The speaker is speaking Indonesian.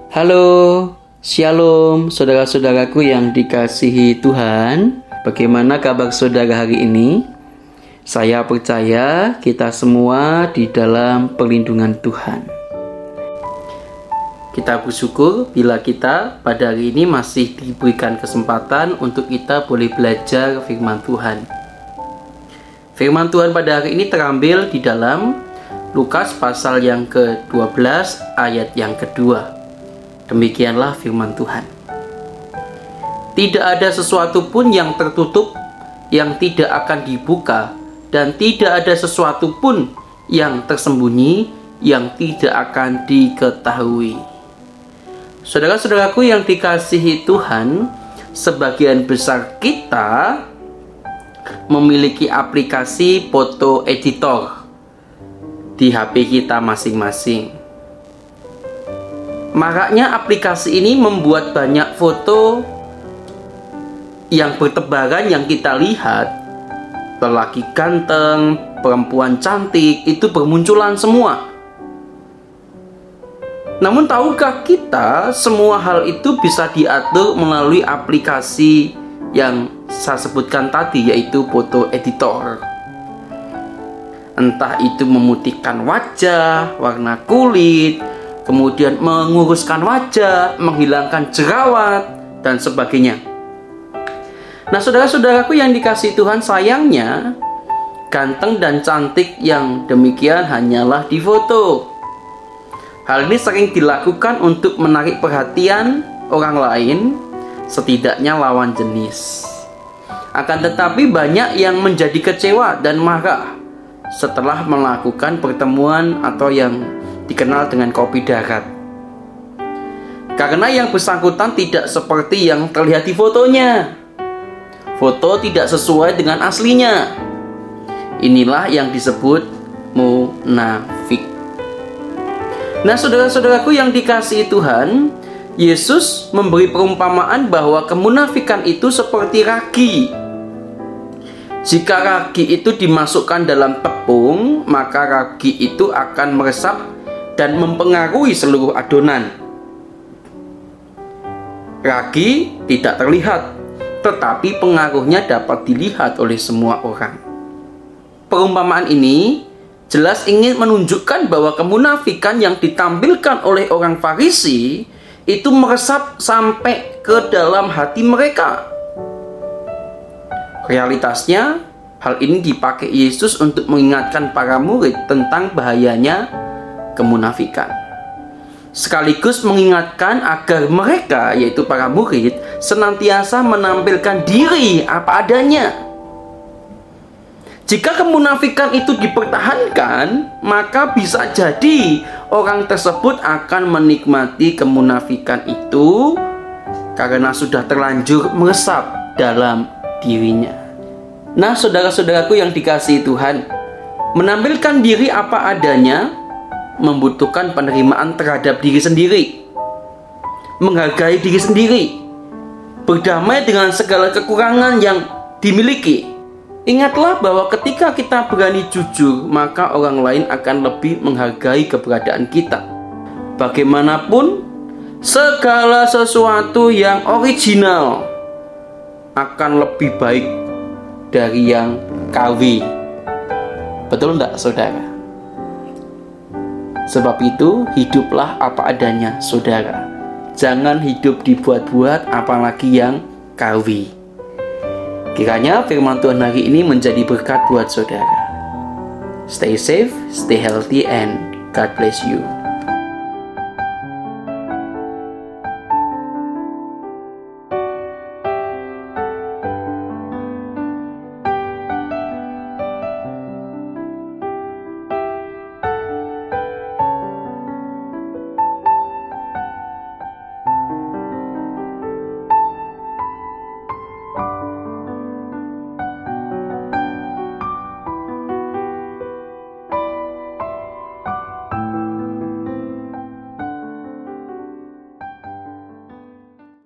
Halo, Shalom saudara-saudaraku yang dikasihi Tuhan. Bagaimana kabar saudara hari ini? Saya percaya kita semua di dalam perlindungan Tuhan. Kita bersyukur bila kita pada hari ini masih diberikan kesempatan untuk kita boleh belajar firman Tuhan. Firman Tuhan pada hari ini terambil di dalam Lukas pasal yang ke-12 ayat yang kedua. Demikianlah firman Tuhan. Tidak ada sesuatu pun yang tertutup yang tidak akan dibuka, dan tidak ada sesuatu pun yang tersembunyi yang tidak akan diketahui. Saudara-saudaraku yang dikasihi Tuhan, sebagian besar kita memiliki aplikasi foto editor di HP kita masing-masing. Maraknya aplikasi ini membuat banyak foto yang bertebaran yang kita lihat. Lelaki ganteng, perempuan cantik, itu bermunculan semua. Namun tahukah kita semua hal itu bisa diatur melalui aplikasi yang saya sebutkan tadi, yaitu foto editor. Entah itu memutihkan wajah, warna kulit, kemudian menguruskan wajah, menghilangkan jerawat, dan sebagainya. Nah, saudara-saudaraku yang dikasihi Tuhan, sayangnya ganteng dan cantik yang demikian hanyalah di foto. Hal ini sering dilakukan untuk menarik perhatian orang lain, setidaknya lawan jenis. Akan tetapi banyak yang menjadi kecewa dan marah setelah melakukan pertemuan atau yang dikenal dengan kopi darat. Karena yang bersangkutan tidak seperti yang terlihat di fotonya. Foto tidak sesuai dengan aslinya. Inilah yang disebut munafik. Nah, saudara-saudaraku yang dikasihi Tuhan, Yesus memberi perumpamaan bahwa kemunafikan itu seperti ragi. Jika ragi itu dimasukkan dalam tepung, maka ragi itu akan meresap dan mempengaruhi seluruh adonan. Ragi tidak terlihat, tetapi pengaruhnya dapat dilihat oleh semua orang. Perumpamaan ini jelas ingin menunjukkan bahwa kemunafikan yang ditampilkan oleh orang Farisi itu meresap sampai ke dalam hati mereka. Realitasnya, hal ini dipakai Yesus untuk mengingatkan para murid tentang bahayanya kemunafikan. Sekaligus mengingatkan agar mereka, yaitu para murid, senantiasa menampilkan diri apa adanya. Jika kemunafikan itu dipertahankan, maka bisa jadi orang tersebut akan menikmati kemunafikan itu karena sudah terlanjur meresap dalam dirinya. Nah, saudara-saudaraku yang dikasihi Tuhan, menampilkan diri apa adanya membutuhkan penerimaan terhadap diri sendiri, menghargai diri sendiri, berdamai dengan segala kekurangan yang dimiliki. Ingatlah bahwa ketika kita berani jujur, maka orang lain akan lebih menghargai keberadaan kita. Bagaimanapun, segala sesuatu yang original akan lebih baik dari yang KW. Betul enggak, saudara? Sebab itu, hiduplah apa adanya, saudara. Jangan hidup dibuat-buat, apalagi yang KW. Kiranya firman Tuhan hari ini menjadi berkat buat saudara. Stay safe, stay healthy, and God bless you.